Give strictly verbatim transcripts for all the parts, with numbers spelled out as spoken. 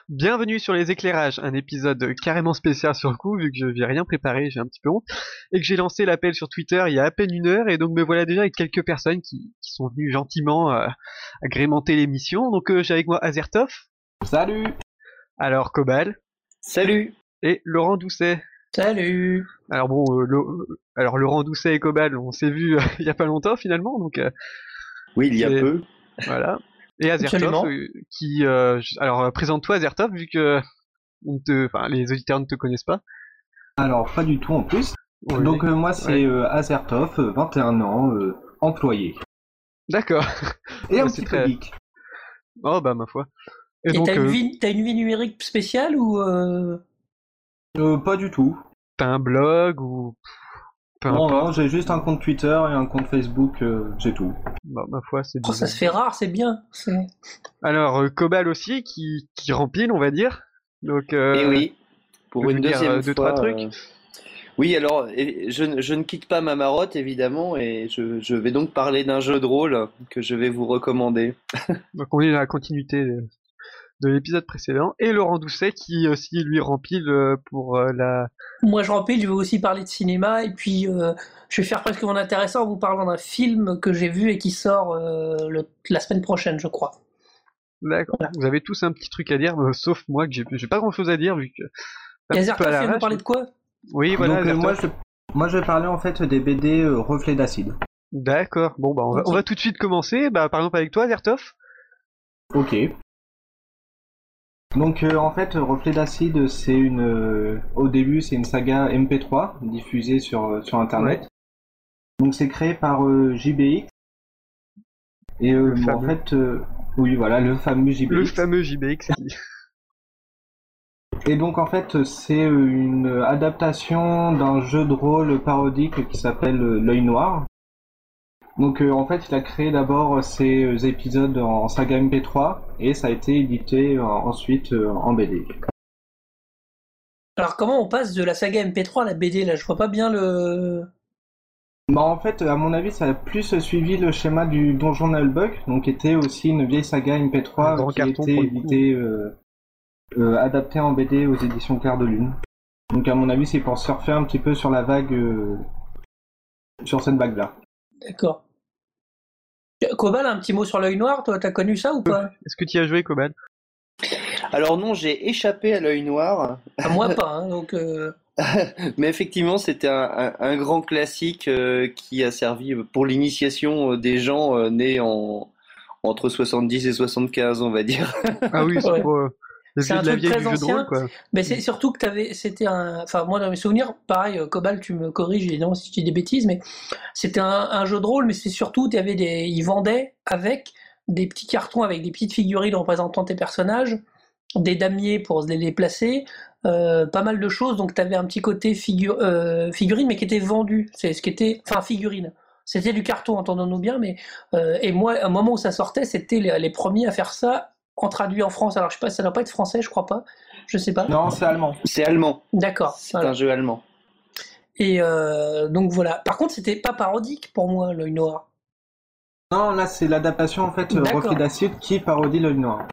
Bienvenue sur les éclairages, un épisode carrément spécial sur le coup, vu que je n'ai rien préparé, j'ai un petit peu honte, et que j'ai lancé l'appel sur Twitter il y a à peine une heure, et donc me voilà déjà avec quelques personnes qui, qui sont venues gentiment euh, agrémenter l'émission. Donc euh, j'ai avec moi Azertov, Salut. alors Cobal, Salut. et Laurent Doucet. Salut. Alors bon, euh, le- alors Laurent Doucet et Cobal, on s'est vus il y a pas longtemps finalement, donc euh, Oui, il y a c'est- peu. voilà. Et Azertov, Absolument. euh, qui, euh, je- alors euh, présente-toi Azertov, vu que on te, enfin les auditeurs ne te connaissent pas. Alors, pas du tout en plus. Oui. Donc, euh, moi, c'est Ouais. euh, Azertov, euh, vingt et un ans, euh, employé. D'accord. Et un Ouais, petit c'est peu très- geek. Oh bah ma foi. Et, Et donc t'as une, euh, vie, t'as une vie numérique spéciale ou euh... Euh, pas du tout. t'as un blog ou peu Non, non, importe. j'ai juste un compte Twitter et un compte Facebook, euh, c'est tout. Bah, ma foi c'est oh, ça bizarre. se fait rare, c'est bien. C'est... Alors euh, Cobal aussi qui qui rempile on va dire. Donc euh, Et oui, pour peux une nous dire, deuxième euh, deux, fois. trois trucs euh, Oui, alors et- je, ne- je ne quitte pas ma marotte évidemment, et je, je vais donc parler d'un jeu de rôle que je vais vous recommander. donc on est dans la continuité de, de l'épisode précédent. Et Laurent Doucet qui aussi lui rempile euh, pour euh, la. Moi, je rappelle, je vais aussi parler de cinéma et puis euh, je vais faire presque mon intéressant en vous parlant d'un film que j'ai vu et qui sort euh, le- la semaine prochaine, je crois. D'accord. Voilà. Vous avez tous un petit truc à dire, euh, sauf moi que j'ai j'ai pas grand chose à dire vu que. Et un petit peu à Azertov, tu viens de l'arrache. parler de quoi? Oui voilà. Donc, euh, Azertov. moi, je, moi, je vais parler en fait des B D euh, Reflets d'acide. D'accord. Bon bah on va, Ok. on va tout de suite commencer. Bah par exemple avec toi Azertov. Ok. Donc, euh, en fait, Reflets d'acide, c'est une. euh, au début, c'est une saga M P trois diffusée sur, euh, sur Internet. Donc, c'est créé par euh, J B X. Et euh, Le bon, en fameux. fait, euh, oui, voilà, le fameux J B X. Le fameux J B X qui. Et donc en fait c'est une adaptation d'un jeu de rôle parodique qui s'appelle euh, L'œil noir. Donc euh, en fait il a créé d'abord ces épisodes en saga M P trois et ça a été édité euh, ensuite euh, en B D. Alors, comment on passe de la saga M P trois à la B D là? Je vois pas bien le. Bah en fait à mon avis ça a plus suivi le schéma du Donjon Nullbuck, donc qui était aussi une vieille saga M P Un trois grand qui a carton été pour le coup. édité euh, euh, adapté en B D aux éditions Clair de Lune. Donc à mon avis c'est pour surfer un petit peu sur la vague euh, sur cette vague là. D'accord. Cobal, un petit mot sur l'œil noir, toi, t'as connu ça ou pas? Est-ce que tu y as joué Cobal? Alors non, j'ai échappé à l'œil noir, Ah, moi pas, hein, donc. euh, mais effectivement c'était un, un- un grand classique euh, qui a servi pour l'initiation euh, des gens euh, nés en entre soixante-dix et soixante-quinze, on va dire. Ah oui, c'est Ouais. pour euh, le C'est vieux un de la truc vieille très du jeu de ancien. rôle quoi. Mais c'est surtout que t'avais, c'était un, enfin moi dans mes souvenirs, pareil, euh, Cobal, tu me corriges évidemment si je dis des bêtises, mais c'était un, un jeu de rôle, mais c'est surtout, t'avais des, ils vendaient avec des petits cartons avec des petites figurines représentant tes personnages, des damiers pour les, les placer, euh, pas mal de choses, donc t'avais un petit côté figure, euh, figurine, mais qui était vendu, c'est ce qui était, enfin figurine. C'était du carton, entendons-nous bien, mais euh, et moi, au moment où ça sortait, c'était les, les premiers à faire ça en traduit en France. Alors je sais pas, ça doit pas être français, je crois pas. Je sais pas. Non, c'est allemand. C'est allemand, D'accord. c'est Voilà. un jeu allemand. Et euh, donc voilà. Par contre, c'était pas parodique pour moi, l'œil noir. Non, là c'est l'adaptation en fait euh, D'accord. Reflet d'acide qui parodie l'œil noir.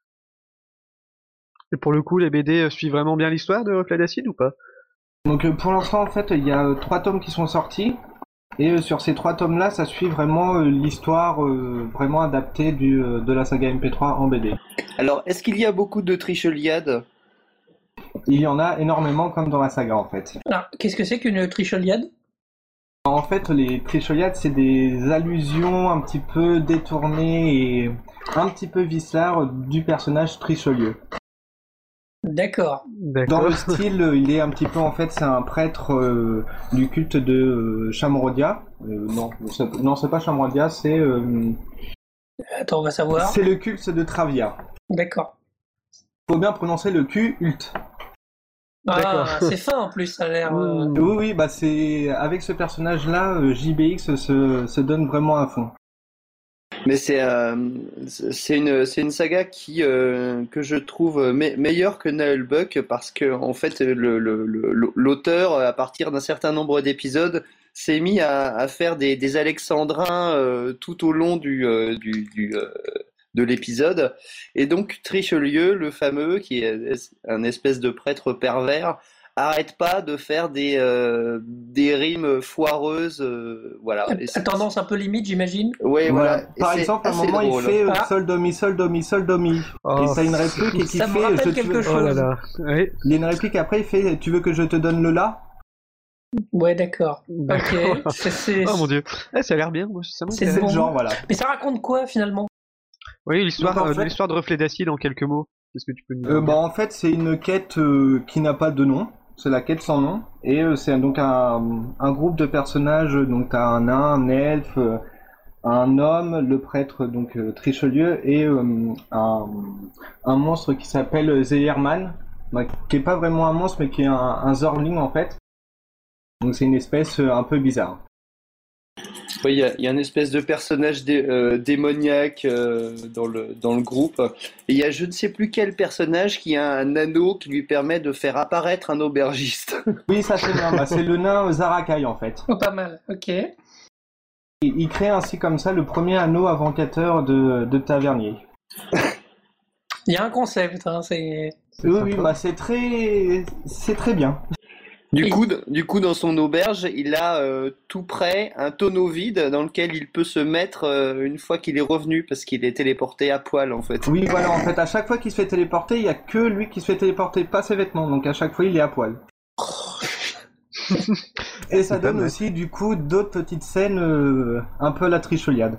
Et pour le coup, les B D euh, suivent vraiment bien l'histoire de Reflet d'acide ou pas? Donc euh, pour l'instant en fait il y a euh, trois tomes qui sont sortis et euh, sur ces trois tomes là ça suit vraiment euh, l'histoire euh, vraiment adaptée du, euh, de la saga M P trois en B D. Alors, est-ce qu'il y a beaucoup de tricheliades? Il y en a énormément comme dans la saga en fait. Alors, qu'est-ce que c'est qu'une tricheliade? En fait les tricholiades c'est des allusions un petit peu détournées et un petit peu vicelard du personnage Trichelieu. D'accord. Dans D'accord. le style, euh, il est un petit peu en fait, c'est un prêtre euh, du culte de euh, Chamrodia. Euh, non, c'est- non, c'est pas Chamrodia, c'est euh, Attends, on va savoir. c'est le culte de Travia. D'accord. Faut bien prononcer le Q ult. D'accord. Ah, c'est fin en plus, ça a l'air. euh, Mmh. Oui, oui, bah c'est avec ce personnage-là, euh, J B X se, se donne vraiment à fond. Mais c'est euh, c'est une c'est une saga qui euh, que je trouve me- meilleure que Nullbuck parce que en fait le le- le- l'auteur à partir d'un certain nombre d'épisodes s'est mis à, à faire des, des alexandrins euh, tout au long du euh, du du, euh, de l'épisode. Et donc Trichelieu, le fameux, qui est un espèce de prêtre pervers, arrête pas de faire des, euh, des rimes foireuses. Euh, voilà. À, à tendance un peu limite, j'imagine. Oui, voilà. voilà. Par exemple, à un moment, drôle. il fait euh, Ah. sol, do, mi, sol, do, mi, sol, do, mi. Oh. Et ça a une réplique et qui Ça fait. me rappelle je quelque te... chose. Oh là là. Oui. Il y a une réplique après, il fait tu veux que je te donne le la? Ouais, d'accord. D'accord. Ok. C'est, c'est... Oh mon dieu. Eh, ça a l'air bien, moi, ça C'est C'est m'intéresse. le bon. genre, voilà. Mais ça raconte quoi finalement? Oui, l'histoire, Donc, en euh, fait- l'histoire de Reflet d'Acier en quelques mots. Qu'est-ce que tu peux nous Euh, dire bah, en fait, c'est une quête euh, qui n'a pas de nom. C'est la quête sans nom. Et euh, c'est donc un, un groupe de personnages. Donc, t'as un nain, un elfe, euh, un homme, le prêtre, donc euh, Trichelieu, et euh, un, un monstre qui s'appelle Zeyerman, bah, qui est pas vraiment un monstre, mais qui est un, un Zorling en fait. Donc, c'est une espèce euh, un peu bizarre. Oui, il y, a- il y a une espèce de personnage dé- euh, démoniaque euh, dans le, dans le groupe. Et il y a je ne sais plus quel personnage qui a un anneau qui lui permet de faire apparaître un aubergiste. Oui, ça c'est bien. Bah, c'est le nain Zarakai en fait. Oh, pas mal. Ok. Il, il crée ainsi comme ça le premier anneau invocateur de, de tavernier. Il y a un concept. Hein, c'est... C'est Oui, sympa. oui, bah c'est très, c'est très bien. Du Et- coup, d- du coup, dans son auberge, il a euh, tout près un tonneau vide dans lequel il peut se mettre euh, une fois qu'il est revenu, parce qu'il est téléporté à poil en fait. Oui, voilà, en fait, à chaque fois qu'il se fait téléporter, il y a que lui qui se fait téléporter, pas ses vêtements. Donc à chaque fois, il est à poil. Et ça C'est pas donne mal. aussi, du coup, d'autres petites scènes euh, un peu à la Tricheliade.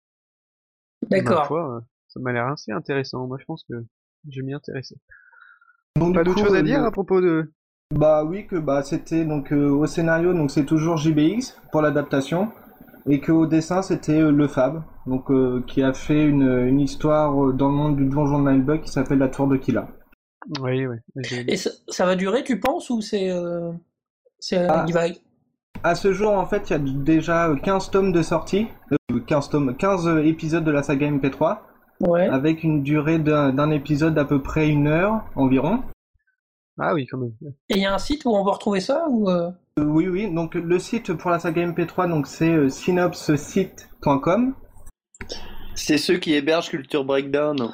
Ma D'accord. foi, euh, ça m'a l'air assez intéressant. Moi, je pense que je vais m'y intéresser. Donc, Pas du d'autre coup, chose à euh, dire le- à propos de... Bah oui, que bah c'était donc euh, au scénario, donc c'est toujours J B X pour l'adaptation, et que au dessin c'était euh, Le Fab, donc euh, qui a fait une, une histoire euh, dans le monde du donjon de Nightbug qui s'appelle La Tour de Killa. Oui, oui. j'ai- Et ça, ça va durer, tu penses, ou c'est, euh, c'est, euh, Ah. il va... À ce jour, en fait, il y a déjà quinze tomes de sortie, euh, quinze tomes, quinze épisodes de la saga M P trois, Ouais. avec une durée d'un d'un épisode d'à peu près une heure environ. Ah oui, quand même. Et il y a un site où on va retrouver ça ou euh, Euh, oui, oui, donc le site pour la saga M P trois, donc c'est euh, synopsesite point com. C'est ceux qui hébergent Culture Breakdown.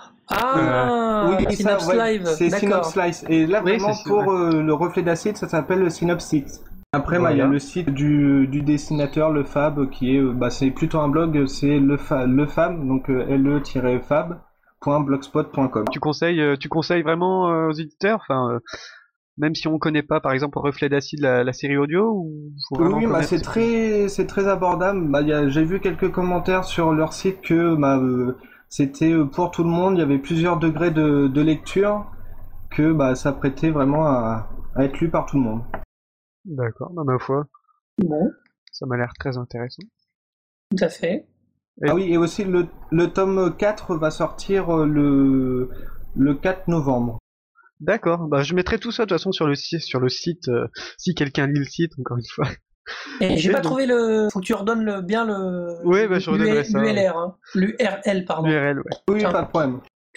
Ah, oui, Synops ça, ouais, Live, c'est d'accord. Synops Live. Et là, Oui, vraiment, c'est- pour euh, le reflet d'acide, ça s'appelle Synopsite. Après, bah, il y a Voilà. le site du, du dessinateur, le Fab, qui est, euh, bah, c'est plutôt un blog, c'est le, fa, le Fab, donc euh, le-fab point blogspot point com. Tu conseilles, euh, tu conseilles vraiment euh, aux éditeurs, enfin, euh, même si on connaît pas, par exemple, Reflet d'Acide, la, la série audio, ou faut Oui, vraiment oui, bah, connaître c'est ce- très, c'est très abordable. Bah, il y a- j'ai vu quelques commentaires sur leur site que bah, euh, c'était euh, pour tout le monde. Il y avait plusieurs degrés de, de lecture que bah, ça prêtait vraiment à, à être lu par tout le monde. D'accord, bah, ma foi, Bon, ça m'a l'air très intéressant. tout à fait. Et- Ah oui, et aussi le, le tome quatre va sortir euh, le, le quatre novembre. D'accord, bah je mettrai tout ça de toute façon sur le site, sur le site, euh, si quelqu'un lit le site, encore une fois. Et j'ai Et pas donc- trouvé le. Faut que tu redonnes le, bien le. Ouais, bah, je redonnerai ça, L'U L R, hein. L'U R L, pardon. l'U R L, ouais. Oui, Tiens. pas de problème.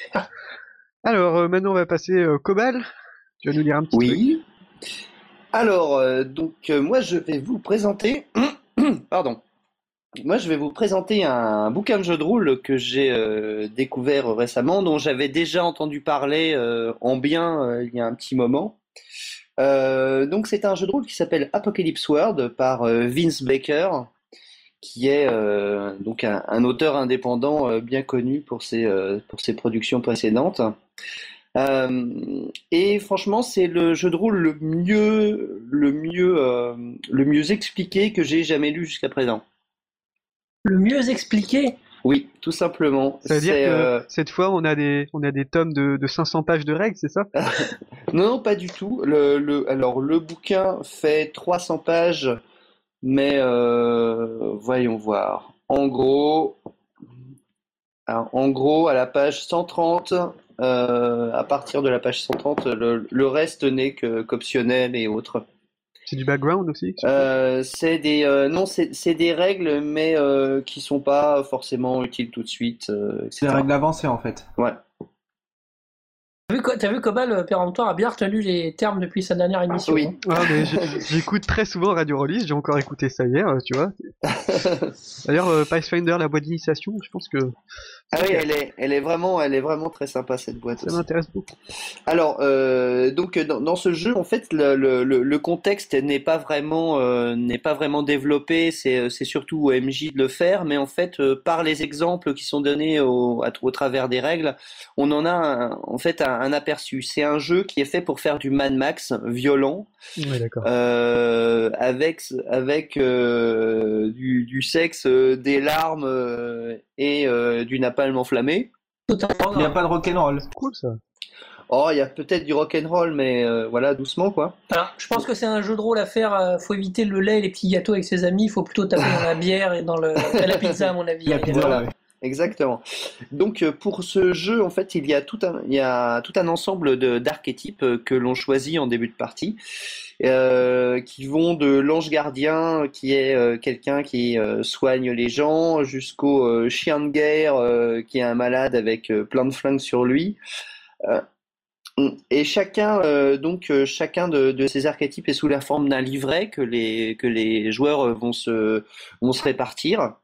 Alors, euh, maintenant on va passer euh, Cobal. Tu vas nous dire un petit truc. Oui. Alors, euh, donc, euh, moi, je vais vous présenter. Pardon. Moi, je vais vous présenter un bouquin de jeu de rôle que j'ai euh, découvert récemment, dont j'avais déjà entendu parler euh, en bien euh, il y a un petit moment. Euh, donc, c'est un jeu de rôle qui s'appelle Apocalypse World par euh, Vince Baker, qui est euh, donc un, un auteur indépendant euh, bien connu pour ses, euh, pour ses productions précédentes. Euh, et franchement, c'est le jeu de rôle le mieux, le mieux, euh, le mieux expliqué que j'ai jamais lu jusqu'à présent. Le mieux expliqué. Oui, tout simplement. Ça veut dire C'est, que euh, cette fois on a des, on a des tomes de, de cinq cents pages de règles, c'est ça? Non, non, pas du tout. Le, le, alors, le bouquin fait trois cents pages, mais euh, voyons voir. En gros, alors, en gros, à la page cent trente, euh, à partir de la page cent trente, le, le reste n'est que qu'optionnel et autres. C'est du background aussi? Euh, c'est des euh, non, c'est c'est des règles, mais euh, qui sont pas forcément utiles tout de suite, euh, C'est et cetera. les règles avancées en fait. Ouais. T'as vu, co- t'as vu Cobal, euh, Péremptoire a bien retenu les termes depuis sa dernière émission. Oui. hein. Ah, mais j'ai- j'écoute très souvent Radio Rollis, j'ai encore écouté ça hier, euh, tu vois. D'ailleurs, euh, Pathfinder, la boîte d'initiation, je pense que Ah c'est oui, clair. elle est, elle est vraiment, elle est vraiment très sympa cette boîte Ça aussi. m'intéresse beaucoup. Alors, euh, donc dans, dans ce jeu, en fait, le, le, le le contexte n'est pas vraiment, euh, n'est pas vraiment développé. C'est, c'est surtout au M J de le faire, mais en fait, euh, par les exemples qui sont donnés au, à, au travers des règles, on en a un- en fait un, un aperçu. C'est un jeu qui est fait pour faire du Mad Max violent, Ouais, d'accord. euh, avec avec euh, du, du sexe, euh, des larmes euh, et euh, du napalm enflammé. Totalement Il n'y a grave. pas de rock'n'roll. Cool ça. Oh, il y a peut-être du rock'n'roll, mais euh, voilà, doucement quoi. Alors, je pense que c'est un jeu de rôle à faire. euh, faut éviter le lait et les petits gâteaux avec ses amis. Il faut plutôt taper dans la bière et dans le, et la pizza, à mon avis. La hein, pizza, évidemment. là, ouais. Exactement. Donc euh, pour ce jeu, en fait, il y a tout un, il y a tout un ensemble de d'archétypes euh, que l'on choisit en début de partie, euh, qui vont de l'ange gardien, qui est euh, quelqu'un qui euh, soigne les gens, jusqu'au euh, chien de guerre, euh, qui est un malade avec euh, plein de flingues sur lui. Euh, et chacun, euh, donc euh, chacun de, de ces archétypes est sous la forme d'un livret que les que les joueurs euh, vont se vont se répartir.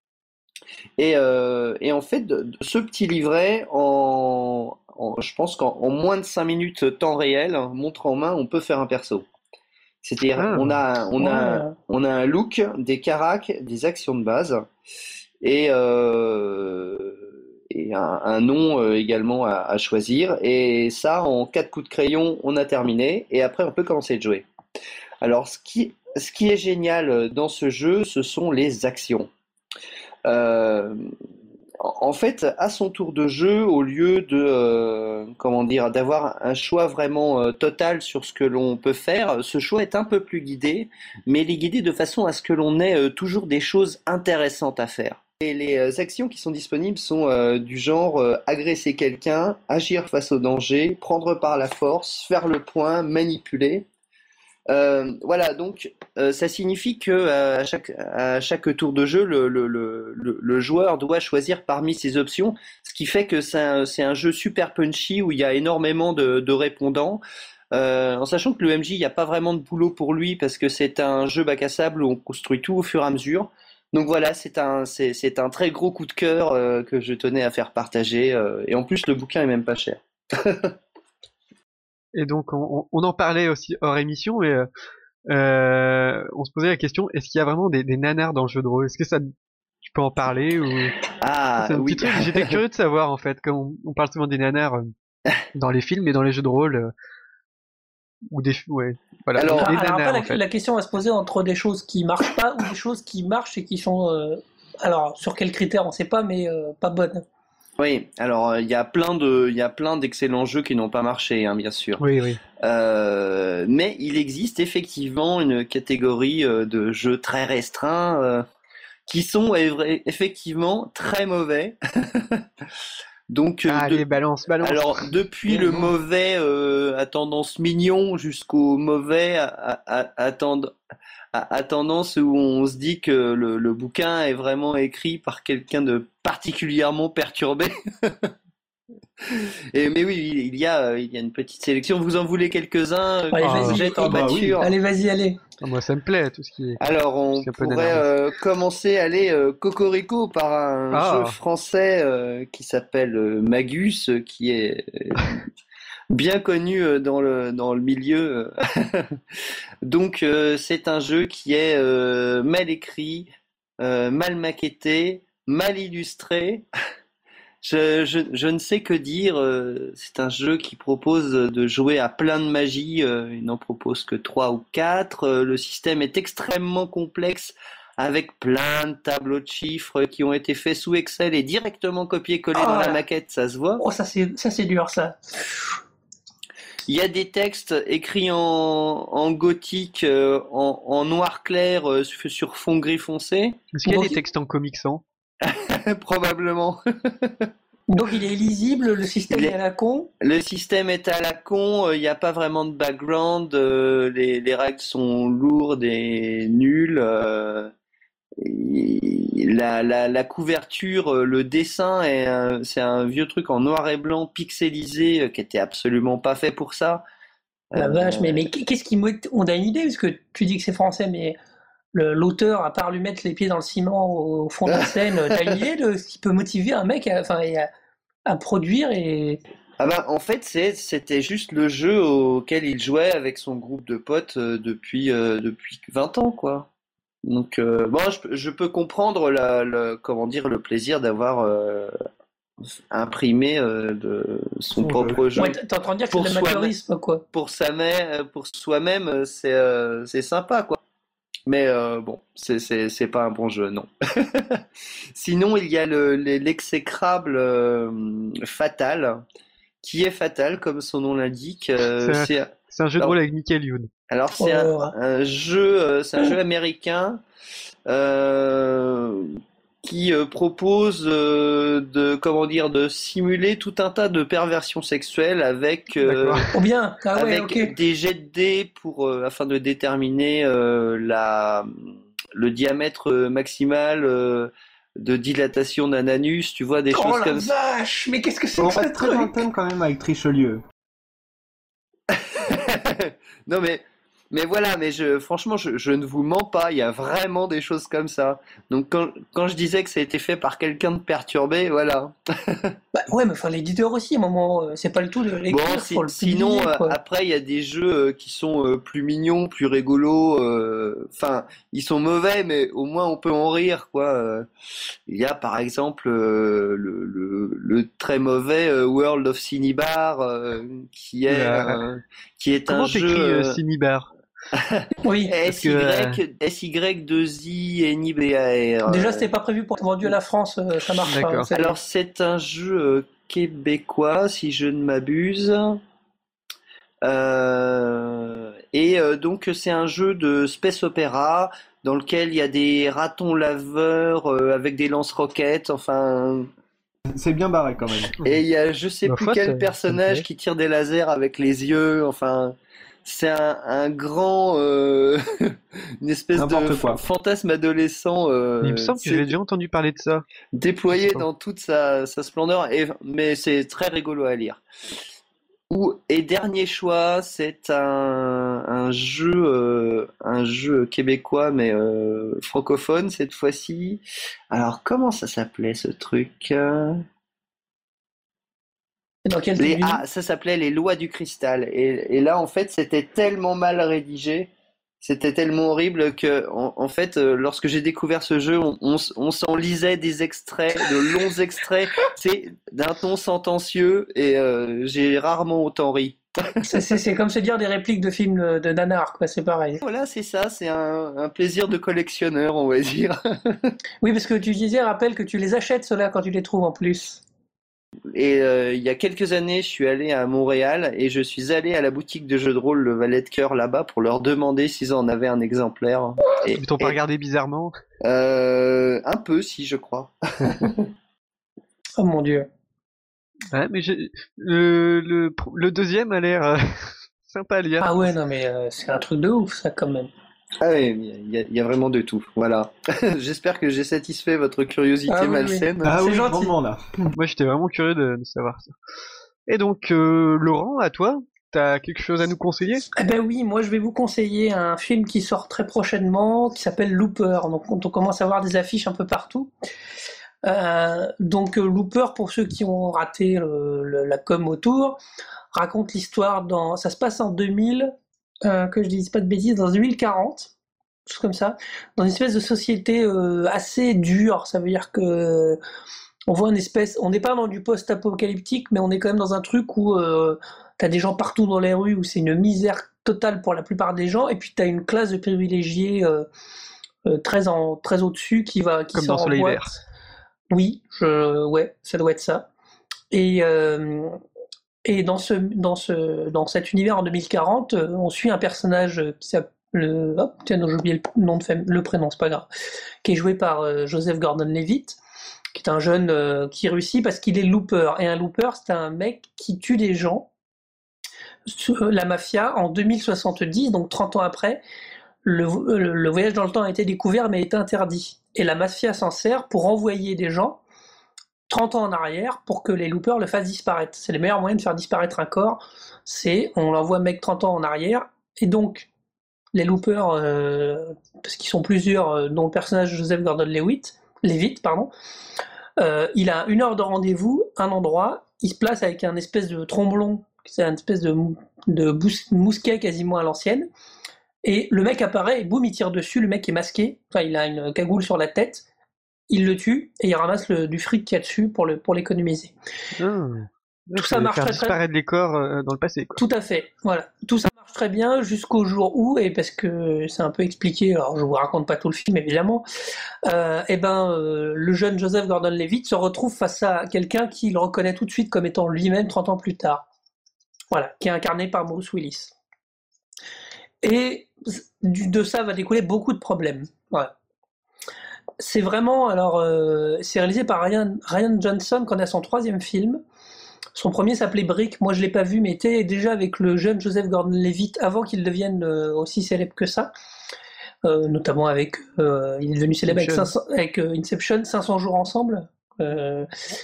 Et, euh, et en fait, de, de ce petit livret, en, en- je pense qu'en en moins de cinq minutes temps réel, montre en main, on peut faire un perso. C'est-à-dire, Ah. on a, on a, Ouais. on a un look, des caracs, des actions de base et, euh, et un, un nom euh, également à, à choisir. Et ça, en quatre coups de crayon, on a terminé. Et après, on peut commencer de jouer. Alors, ce qui, ce qui est génial dans ce jeu, ce sont les actions. Euh, En fait, à son tour de jeu, au lieu de, euh, comment dire, d'avoir un choix vraiment euh, total sur ce que l'on peut faire, ce choix est un peu plus guidé, mais il est guidé de façon à ce que l'on ait euh, toujours des choses intéressantes à faire. Et les euh, actions qui sont disponibles sont euh, du genre euh, agresser quelqu'un, agir face au danger, prendre par la force, faire le point, manipuler. Euh, voilà, donc euh, ça signifie que euh, à chaque, à chaque tour de jeu, le, le, le, le- le joueur doit choisir parmi ses options, ce qui fait que c'est un, c'est un jeu super punchy où il y a énormément de, de répondants. Euh, en sachant que le M J, il n'y a pas vraiment de boulot pour lui parce que c'est un jeu bac à sable où on construit tout au fur et à mesure. Donc voilà, c'est un, c'est, c'est un très gros coup de cœur euh, que je tenais à faire partager. euh, et en plus, le bouquin est même pas cher. Et donc, on, on- on en parlait aussi hors émission, mais euh, euh, on se posait la question, est-ce qu'il y a vraiment des, des nanars dans le jeu de rôle? Est-ce que ça, tu peux en parler ou... Ah C'est un petit oui. truc, j'étais curieux de savoir en fait, comme on, on parle souvent des nanars euh, dans les films, mais dans les jeux de rôle, euh, ou des... Ouais, voilà, Alors, les, Ah, les alors après, nanars la, en fait. la question va se poser entre des choses qui marchent pas ou des choses qui marchent et qui sont, euh, alors sur quels critères on sait pas, mais euh, pas bonnes. Oui, alors euh, il y a plein de, il y a plein d'excellents jeux qui n'ont pas marché, hein, bien sûr. Oui, oui. Euh, mais il existe effectivement une catégorie euh, de jeux très restreints euh, qui sont eff- effectivement très mauvais. Donc, euh, Allez, de- balance, balance. alors depuis le mauvais euh, à tendance mignon jusqu'au mauvais à, à, à, à tend- à- à tendance où on se dit que le, le bouquin est vraiment écrit par quelqu'un de particulièrement perturbé. Et, mais oui, il y a, euh, il y a une petite sélection. Vous en voulez quelques-uns euh, Allez, que je Ah, vas-y, jette en ah bah oui. pâture? allez, vas-y, allez. Ah, moi ça me plaît, tout ce qui est, Alors, tout ce on qui est un peu pourrait nanardesque. euh, commencer à aller euh, cocorico par un Ah. jeu français euh, qui s'appelle euh, Magus, euh, qui est euh, bien connu euh, dans le dans le milieu. euh. Donc, euh, c'est un jeu qui est euh, mal écrit, euh, mal maquetté, mal illustré. Je, je, je ne sais que dire. euh, C'est un jeu qui propose de jouer à plein de magie. euh, Il n'en propose que trois ou quatre. euh, Le système est extrêmement complexe avec plein de tableaux de chiffres qui ont été faits sous Excel et directement copiés-collés Oh dans la là. maquette, ça se voit. Oh, ça c'est, ça c'est dur, ça. Il y a des textes écrits en, en gothique, euh, en, en noir clair euh, sur sur fond gris foncé. Est-ce qu'il y a Donc- des textes en comics sans? Probablement. Donc il est lisible, le système Il est- est à la con. Le système est à la con, euh, il n'y a pas vraiment de background, euh, les, les règles sont lourdes et nulles. euh, la, la, la couverture, le dessin, est un- c'est un vieux truc en noir et blanc pixelisé euh, qui était absolument pas fait pour ça. La Euh, vache, mais, mais qu'est-ce qui mot- on a une idée, parce que tu dis que c'est français, mais le- l'auteur, à part lui mettre les pieds dans le ciment au fond de la scène, t'as une idée de ce qui peut motiver un mec à, enfin, à, à produire et. Ah bah, en fait, c'est, c'était juste le jeu auquel il jouait avec son groupe de potes euh, depuis, euh, depuis vingt ans, quoi. Donc, euh, bon, je, je peux comprendre la, la- comment dire, le plaisir d'avoir euh, imprimé euh, de son Son propre jeu. Ouais, t'es en train de dire que c'est Pour de l'amateurisme, quoi. Pour sa mè- pour soi-même, euh, c'est euh, c'est sympa, quoi. Mais euh, bon, c'est c'est c'est pas un bon jeu, non. Sinon, il y a le, les- l'exécrable euh, Fatal, qui est Fatal, comme son nom l'indique. Euh, C'est un, c'est c'est un jeu de alors, rôle avec Michael Youn. alors c'est un, Oh, un jeu, euh, c'est un jeu américain euh, qui euh, propose euh, de comment dire de simuler tout un tas de perversions sexuelles avec euh, D'accord. oh bien, ah ouais, avec ok. des jets de dés pour euh, afin de déterminer euh, la le diamètre euh, maximal euh, de dilatation d'un anus, tu vois, des Oh choses la comme ça. vache, mais qu'est-ce que c'est On que ce reste très dans le truc? thème quand même avec Trichelieu. Non mais mais voilà, mais je franchement je, je ne vous mens pas, il y a vraiment des choses comme ça. Donc quand quand je disais que ça a été fait par quelqu'un de perturbé, voilà. Bah ouais, mais enfin l'éditeur aussi, à un moment, euh, c'est pas le tout de Bon, l'écrire, si- faut le sinon, publier, euh, quoi. après, il y a des jeux euh, qui sont euh, plus mignons, plus rigolos. euh, Enfin, ils sont mauvais, mais au moins on peut en rire, quoi. Euh, Il y a par exemple euh, le, le, le très mauvais euh, World of Cinebar, euh, qui est Oula. un, qui est un Comment jeu t'écris euh, euh, Sinibar? Oui. Parce que euh, S Y S Y deux I N I B A R. Déjà, euh. c'était pas prévu pour être vendu à la France, euh, ça marche pas. d'accord. c'est- Alors, c'est un jeu euh, québécois, si je ne m'abuse. Euh, et euh, donc c'est un jeu de space opéra dans lequel il y a des ratons laveurs euh, avec des lance-roquettes, enfin, C'est bien barré quand même. et il y a je sais Ma plus foi, ça- ça quel me personnage plaît. qui tire des lasers avec les yeux, enfin, c'est un, un grand, euh, une espèce de N'importe f- quoi. fantasme adolescent, Mais il me euh, semble que c'est j'ai déjà entendu parler de ça. déployé Pourtant. dans toute sa, sa splendeur, et, mais c'est très rigolo à lire. Ou, et dernier choix, c'est un, un jeu, euh, un jeu québécois, mais euh, francophone cette fois-ci. Alors, comment ça s'appelait ce truc? euh Dans quel Les, type ah, ça s'appelait Les Lois du Cristal. Et, et là, en fait, c'était tellement mal rédigé, c'était tellement horrible que, en, en fait, euh, lorsque j'ai découvert ce jeu, on, on, s- on s'en lisait des extraits, de longs extraits, c'est d'un ton sentencieux, et euh, j'ai rarement autant ri. C'est c'est- c'est comme se dire des répliques de films de, de nanar, quoi, c'est pareil. Voilà, c'est ça, c'est un, un plaisir de collectionneur, on va dire. Oui, parce que tu disais, rappelle que tu les achètes, ceux-là, quand tu les trouves en plus. Et euh, il y a quelques années, je suis allé à Montréal et je suis allé à la boutique de jeux de rôle Le Valet de Cœur là-bas pour leur demander s'ils en avaient un exemplaire. Et, Ils t'ont pas et, regardé bizarrement? euh, un peu, si, je crois. Oh mon Dieu. Ouais, mais j'ai- le, le, pr- le deuxième a l'air euh, sympa à lire. Ah ouais, non, mais euh, c'est un truc de ouf, ça, quand même. Ah oui, il y, a- il y a vraiment de tout. Voilà. J'espère que j'ai satisfait votre curiosité Ah oui, oui. malsaine. Ah C'est oui, gentil. grandement là. Moi, j'étais vraiment curieux de, de savoir ça. Et donc, euh, Laurent, à toi, t'as quelque chose à nous conseiller? Eh ben oui, moi je vais vous conseiller un film qui sort très prochainement, qui s'appelle Looper. Donc on on commence à voir des affiches un peu partout. Euh, donc euh, Looper, pour ceux qui ont raté le- le- la com autour, raconte l'histoire dans. Ça se passe en deux mille, euh, que je dise pas de bêtises, dans deux mille quarante, tout comme ça, dans une espèce de société euh, assez dure. Ça veut dire que on voit une espèce. On n'est pas dans du post-apocalyptique, mais on est quand même dans un truc où euh, t'as des gens partout dans les rues, où c'est une misère totale pour la plupart des gens, et puis t'as une classe de privilégiés euh, euh, très en très au-dessus qui va qui Comme sort dans en Soleil boîte. Vert. Oui, je, ouais, ça doit être ça. Et, euh, et dans, ce, dans, ce, dans cet univers en deux mille quarante, euh, on suit un personnage qui s'appelle. Hop, tiens, non, j'ai oublié le nom de femme, le prénom, c'est pas grave. Qui est joué par euh, Joseph Gordon-Levitt, qui est un jeune euh, qui réussit parce qu'il est looper. Et un looper, c'est un mec qui tue des gens. La mafia, en deux mille soixante-dix, donc trente ans après, le, le, le voyage dans le temps a été découvert mais est interdit. Et la mafia s'en sert pour envoyer des gens trente ans en arrière pour que les loopers le fassent disparaître. C'est le meilleur moyen de faire disparaître un corps, c'est on l'envoie un mec trente ans en arrière, et donc les loopers, euh, parce qu'ils sont plusieurs, euh, dont le personnage Joseph Gordon-Levitt, Levitt, pardon, euh, il a une heure de rendez-vous, un endroit, il se place avec un espèce de tromblon, c'est une espèce de, de bous- mousquet quasiment à l'ancienne, et le mec apparaît, et boum, il tire dessus, le mec est masqué, enfin il a une cagoule sur la tête, il le tue, et il ramasse le, du fric qu'il y a dessus pour, le, pour l'économiser. Ah. Tout ça marche faire très très disparaître les corps euh, dans le passé, quoi. Tout à fait, voilà. Tout ça marche très bien jusqu'au jour où, et parce que c'est un peu expliqué, alors je vous raconte pas tout le film évidemment, euh, et ben euh, le jeune Joseph Gordon-Levitt se retrouve face à quelqu'un qu'il reconnaît tout de suite comme étant lui-même trente ans plus tard. Voilà, qui est incarné par Bruce Willis. Et du- de ça va découler beaucoup de problèmes. Voilà. C'est vraiment, alors, euh, c'est réalisé par Ryan, Ryan Johnson, qu'on a son troisième film. Son premier s'appelait Brick, moi je l'ai pas vu, mais était déjà avec le jeune Joseph Gordon-Levitt avant qu'il devienne euh, aussi célèbre que ça. Euh, notamment avec, euh, il est devenu célèbre avec, Inception. cinq cents avec euh, Inception, cinq cents jours ensemble, euh,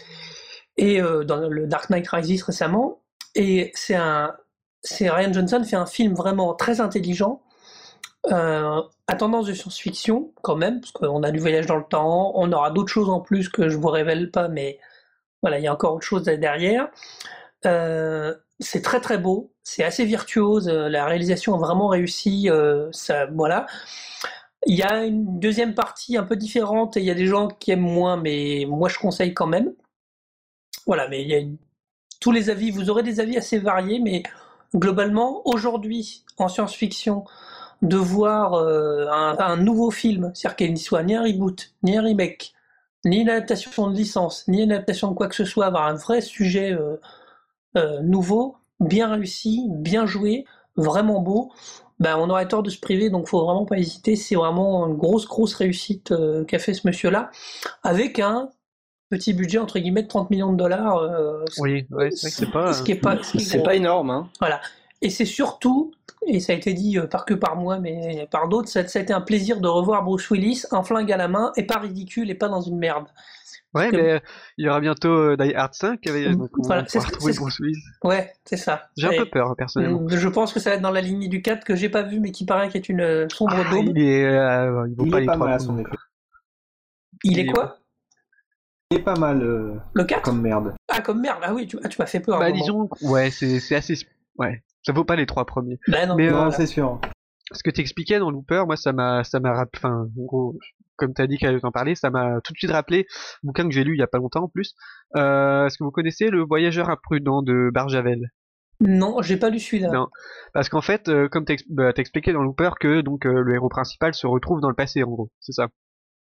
et euh, dans le Dark Knight Rises récemment. Et c'est un, c'est Ryan Johnson fait un film vraiment très intelligent, euh, à tendance de science-fiction quand même, parce qu'on a du voyage dans le temps, on aura d'autres choses en plus que je vous révèle pas, mais voilà, il y a encore autre chose derrière. Euh, c'est très très beau, c'est assez virtuose, euh, la réalisation a vraiment réussi. Euh, ça, voilà. Il y a une deuxième partie un peu différente et il y a des gens qui aiment moins, mais moi je conseille quand même. Voilà, mais il y a une- tous les avis, vous aurez des avis assez variés, mais globalement, aujourd'hui, en science-fiction, de voir euh, un, un nouveau film, c'est-à-dire qu'il ne soit ni un reboot, ni un remake, ni une adaptation de licence, ni une adaptation de quoi que ce soit, avoir un vrai sujet euh, euh, nouveau, bien réussi, bien joué, vraiment beau, ben on aurait tort de se priver, donc faut vraiment pas hésiter, c'est vraiment une grosse grosse réussite euh, qu'a fait ce monsieur-là, avec un petit budget entre guillemets de trente millions de dollars, euh, Oui, ouais, c'est vrai que c'est pas. ce qui est pas, ce qui est C'est gros. pas énorme, hein. Voilà. Et c'est surtout, et ça a été dit euh, par que par moi, mais par d'autres, ça, ça a été un plaisir de revoir Bruce Willis, un flingue à la main, et pas ridicule, et pas dans une merde. Ouais, que- mais euh, il y aura bientôt euh, Die Hard cinq, avec- donc on, Voilà, on c'est pourra ce que- retrouver c'est ce- Bruce Willis. Ouais, c'est ça. J'ai un Et, peu peur, personnellement. mm, je pense que ça va être dans la lignée du quatre que j'ai pas vu, mais qui paraît qu'il est une euh, sombre Ah, daube. il est, euh, il vaut Il pas est les pas trois mal à son premiers. effet. Il est il est quoi? Il est pas mal euh, Le quatre? comme merde. Ah, comme merde, ah oui, tu, ah, tu m'as fait peur. à un Bah moment. disons, que- ouais, c'est c'est assez, ouais, ça vaut pas les trois premiers. Bah non, Mais, Non, euh, c'est sûr. Ce que t'expliquais dans Looper, moi ça m'a, ça m'a, rapp- enfin, en gros, comme t'as dit qu'elle allait t'en parler, ça m'a tout de suite rappelé un bouquin que j'ai lu il y a pas longtemps en plus. Euh, est-ce que vous connaissez Le Voyageur imprudent de Barjavel? non, j'ai pas lu celui-là. Non, parce qu'en fait, euh, comme t'ex- bah, t'expliquais dans Looper que donc euh, le héros principal se retrouve dans le passé en gros, c'est ça.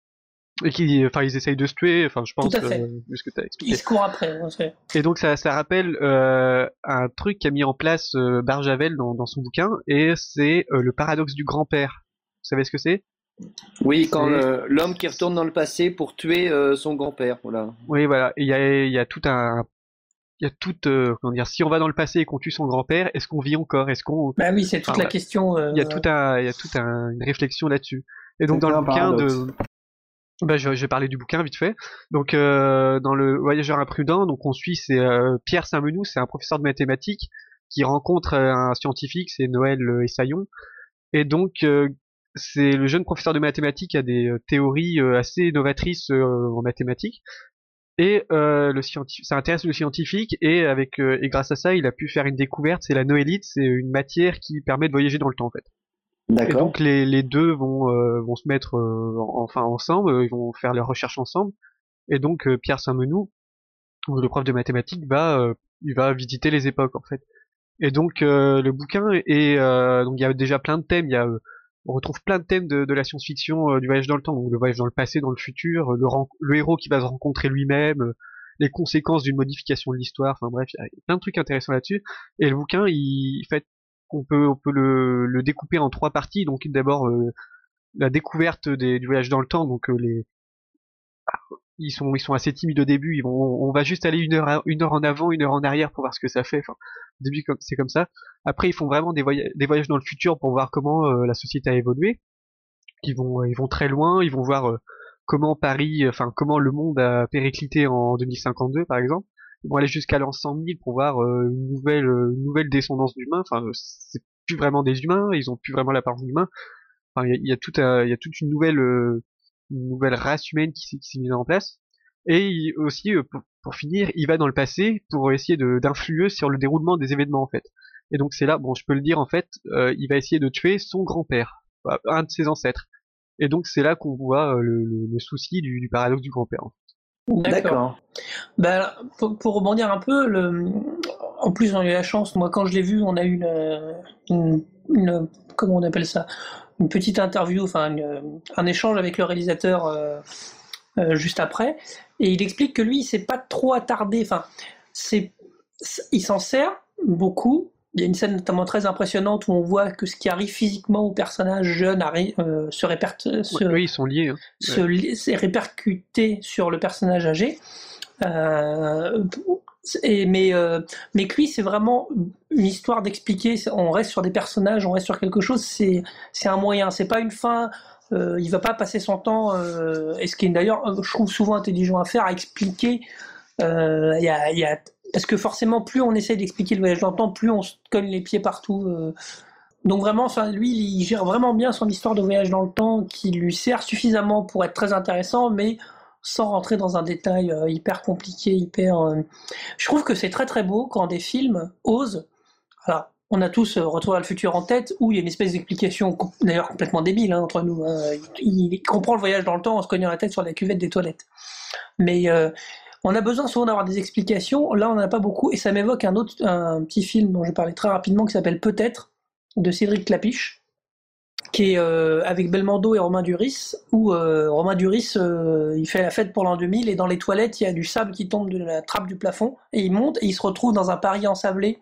Et qui, enfin, ils essayent de se tuer, enfin, je pense, Tout à fait. euh, vu ce que t'as Il expliqué. se court après. hein, c'est- Et donc ça, ça rappelle euh, un truc qu'a mis en place euh, Barjavel dans, dans son bouquin, et c'est euh, le paradoxe du grand-père. Vous savez ce que c'est? Oui, quand C'est- le- l'homme qui retourne dans le passé pour tuer euh, son grand-père, voilà. Oui, voilà. Et Il y a, il y a tout un, il y a tout, euh, comment dire, si on va dans le passé et qu'on tue son grand-père, est-ce qu'on vit encore? Est-ce qu'on, Bah oui, c'est toute Enfin, la ouais. question. euh, il y a tout un, il y a tout un, une réflexion là-dessus. Et donc C'est dans le un bouquin paradoxe. de, bah, je, je vais parler du bouquin vite fait. Donc euh, dans le Voyageur imprudent, donc on suit c'est euh, Pierre Saint-Menou, c'est un professeur de mathématiques qui rencontre euh, un scientifique, c'est Noël euh, Essaillon. Et donc euh, c'est le jeune professeur de mathématiques qui a des euh, théories euh, assez novatrices euh, en mathématiques. Et euh, le scientifique, ça intéresse le scientifique et avec euh, et grâce à ça, il a pu faire une découverte. C'est la noélite, c'est une matière qui permet de voyager dans le temps en fait. Et D'accord. donc les, les deux vont euh, vont se mettre euh, en- enfin ensemble, euh, ils vont faire leurs recherches ensemble. Et donc euh, Pierre Saint-Menou, le prof de mathématiques, va euh, il va visiter les époques en fait. Et donc euh, le bouquin est euh, donc il y a déjà plein de thèmes. Il y a euh, on retrouve plein de thèmes de, de la science-fiction, euh, du voyage dans le temps, donc le voyage dans le passé, dans le futur, euh, le, ren- le héros qui va se rencontrer lui-même, euh, les conséquences d'une modification de l'histoire. Enfin bref, il y a plein de trucs intéressants là-dessus. Et le bouquin, il fait on peut on peut le, le découper en trois parties. Donc d'abord euh, la découverte des, du voyage dans le temps, donc euh, les ils sont ils sont assez timides au début. Ils vont on va juste aller une heure à- une heure en avant, une heure en arrière pour voir ce que ça fait. Enfin, au début comme c'est comme ça. Après ils font vraiment des voyages des voyages dans le futur pour voir comment euh, la société a évolué. Ils vont ils vont très loin. Ils vont voir euh, comment Paris, enfin comment le monde a périclité en deux mille cinquante-deux par exemple. Ils vont aller jusqu'à l'an cent mille pour voir euh, une nouvelle euh, une nouvelle descendance d'humains. Enfin euh, c'est plus vraiment des humains. Ils ont plus vraiment l'apparence d'humains. Enfin, il y a, il y a tout un- il y a toute une nouvelle, euh, une nouvelle race humaine qui s'est qui s'est mise en place. Et il- aussi, euh, pour, pour finir, il va dans le passé pour essayer de d'influer sur le déroulement des événements en fait. Et donc c'est là, bon, je peux le dire en fait, euh, il va essayer de tuer son grand-père, enfin, un de ses ancêtres. Et donc c'est là qu'on voit euh, le, le- le souci du, du paradoxe du grand-père. D'accord. Ben, pour, pour rebondir un peu, le... en plus on a eu la chance, moi quand je l'ai vu, on a eu une, une, une- comment on appelle ça, une petite interview, enfin une- un échange avec le réalisateur euh, euh, juste après, et il explique que lui il s'est pas trop attardé, enfin c'est, il s'en sert beaucoup. Il y a une scène notamment très impressionnante où on voit que ce qui arrive physiquement au personnage jeune arri- euh, se, répercute, se, Ouais, oui, ils sont liés. Hein. se, Ouais. li- s'est répercuté sur le personnage âgé. Euh, et, mais, euh, mais que lui, c'est vraiment une histoire d'expliquer. On reste sur des personnages, on reste sur quelque chose. C'est, c'est un moyen, c'est pas une fin. Euh, il va pas passer son temps, euh, et ce qui est d'ailleurs, euh, je trouve souvent intelligent à faire, à expliquer. Euh, il y a, il y a, parce que forcément, plus on essaie d'expliquer le voyage dans le temps, plus on se cogne les pieds partout. Euh, donc vraiment, enfin, lui, il gère vraiment bien son histoire de voyage dans le temps, qui lui sert suffisamment pour être très intéressant, mais sans rentrer dans un détail euh, hyper compliqué, hyper. Euh... Je trouve que c'est très très beau quand des films osent. Alors, on a tous euh, Retour vers le futur en tête, où il y a une espèce d'explication, com- d'ailleurs complètement débile hein, entre nous. Hein. Il, il comprend le voyage dans le temps en se cognant la tête sur la cuvette des toilettes. Mais euh, on a besoin souvent d'avoir des explications. Là, on n'en a pas beaucoup, et ça m'évoque un autre, un petit film dont je parlais très rapidement qui s'appelle Peut-être, de Cédric Clapiche, qui est euh, avec Belmondo et Romain Duris, où euh, Romain Duris euh, il fait la fête pour l'an deux mille et dans les toilettes il y a du sable qui tombe de la trappe du plafond et il monte et il se retrouve dans un Paris ensablé,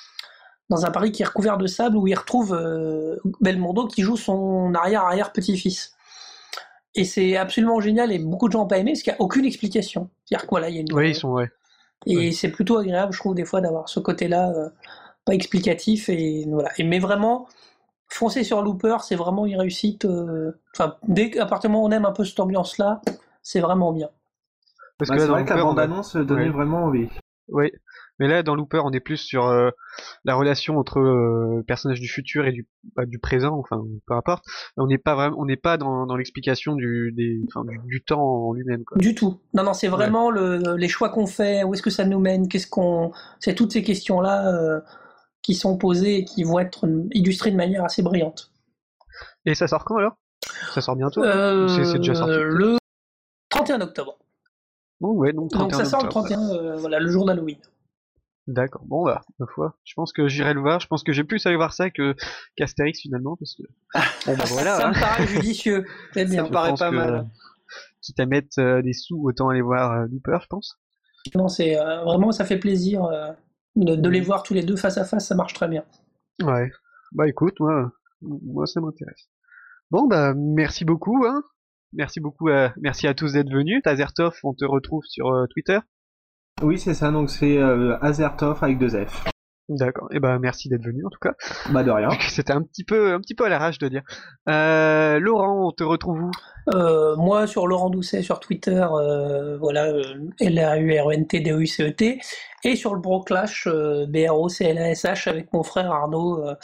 dans un Paris qui est recouvert de sable où il retrouve euh, Belmondo qui joue son arrière-arrière petit-fils. Et c'est absolument génial et beaucoup de gens n'ont pas aimé parce qu'il n'y a aucune explication. C'est-à-dire que voilà, il y a une... Oui, ils sont ouais. Et Ouais. c'est plutôt agréable, je trouve, des fois d'avoir ce côté-là euh, pas explicatif et voilà. Et, mais vraiment, foncer sur Looper, c'est vraiment une réussite. euh, Enfin, dès qu'à partir du moment où on aime un peu cette ambiance-là, c'est vraiment bien. Parce Bah, que là, c'est dans vrai que la Looper, on a- bande-annonce donnait ouais. vraiment envie. Oui, mais là dans Looper on est plus sur euh, la relation entre euh, le personnage du futur et du, bah, du présent, enfin peu importe. On n'est pas vraiment, on n'est pas dans, dans l'explication du, des, enfin, du, du temps en lui-même quoi. Du tout. Non, non, c'est vraiment le, les choix qu'on fait, où est-ce que ça nous mène, qu'est-ce qu'on. C'est toutes ces questions-là euh, qui sont posées et qui vont être illustrées de manière assez brillante. Et ça sort quand alors? Ça sort bientôt? Euh, Ou c'est, c'est déjà sorti? peut-être le trente et un octobre. Oh, ouais, donc trente et un Donc ça sort le octobre. trente et un, euh, voilà, le jour d'Halloween. D'accord. Bon bah, ma foi, je pense que j'irai le voir. Je pense que j'ai plus aller voir ça que qu'Astérix finalement parce que bon bah voilà. Ça hein. me paraît judicieux. C'est bien. Ça me paraît pense pas que, mal. Quitte à mettre euh, des sous, autant aller voir euh, Looper, je pense. Non, c'est euh, vraiment, ça fait plaisir euh, de, de les voir tous les deux face à face, ça marche très bien. Ouais. Bah écoute, moi, moi ça m'intéresse. Bon bah merci beaucoup. Hein. Merci beaucoup. À, merci à tous d'être venus. Tazertov, on te retrouve sur euh, Twitter. Oui, c'est ça, donc c'est euh, Azertov avec deux F. D'accord. Et bah merci d'être venu en tout cas. Bah de rien. C'était un petit peu, un petit peu à l'arrache de dire. Euh, Laurent, on te retrouve où? Euh, moi, sur Laurent Doucet sur Twitter, euh, voilà, euh, L A U R E N T D O U C E T, et sur le Broclash, euh, B R O C L A S H, avec mon frère Arnaud, euh,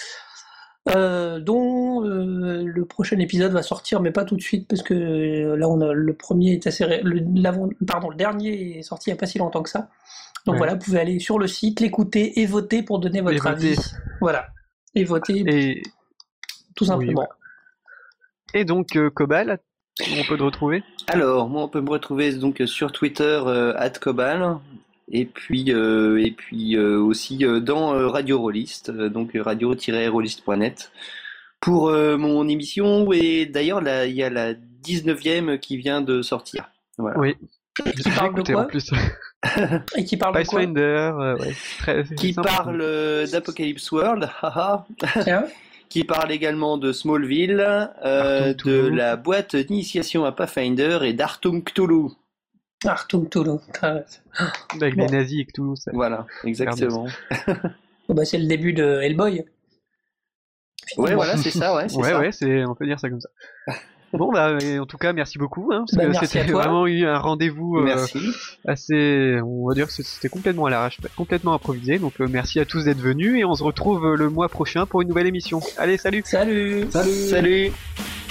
euh, dont euh, le prochain épisode va sortir, mais pas tout de suite, parce que euh, là, on a, le premier est assez, ré- le, l'avant- pardon, le dernier est sorti il n'y a pas si longtemps que ça. Donc Ouais. voilà, vous pouvez aller sur le site, l'écouter et voter pour donner votre Et avis. voter. Voilà, et voter Et, tout oui, simplement. voilà. Et donc euh, Cobal, on peut te retrouver? Alors, moi, on peut me retrouver donc sur Twitter euh, arobase cobal et puis euh, et puis euh, aussi euh, dans euh, Radio Rollist, euh, donc radio tiret rollist point net pour euh, mon émission. Et d'ailleurs, là, il y a la dix-neuvième qui vient de sortir. Voilà. Oui. Qui J'ai parle de écouté quoi en plus. Et qui parle de quoi Pathfinder, euh, ouais. Très, c'est Qui sympa. parle euh, d'Apocalypse World, haha. Tiens. Qui parle également de Smallville, euh, Artung de Cthulhu. la boîte d'initiation à Pathfinder et d'Artung Cthulhu. Ah, Cthulhu. Avec Bon. les nazis et tout. Ça... Voilà, exactement. Bon, bah, c'est le début de Hellboy. Ouais, Finalement. voilà, c'est ça, ouais, c'est Ouais, ça. ouais, c'est, on peut dire ça comme ça. Bon, bah, et en tout cas, merci beaucoup, hein, parce Bah, que merci c'était à toi. vraiment eu un rendez-vous euh, Merci. assez, on va dire que c'était complètement à l'arrache, complètement improvisé. Donc, euh, merci à tous d'être venus et on se retrouve euh, le mois prochain pour une nouvelle émission. Allez, salut! Salut. Salut. Salut.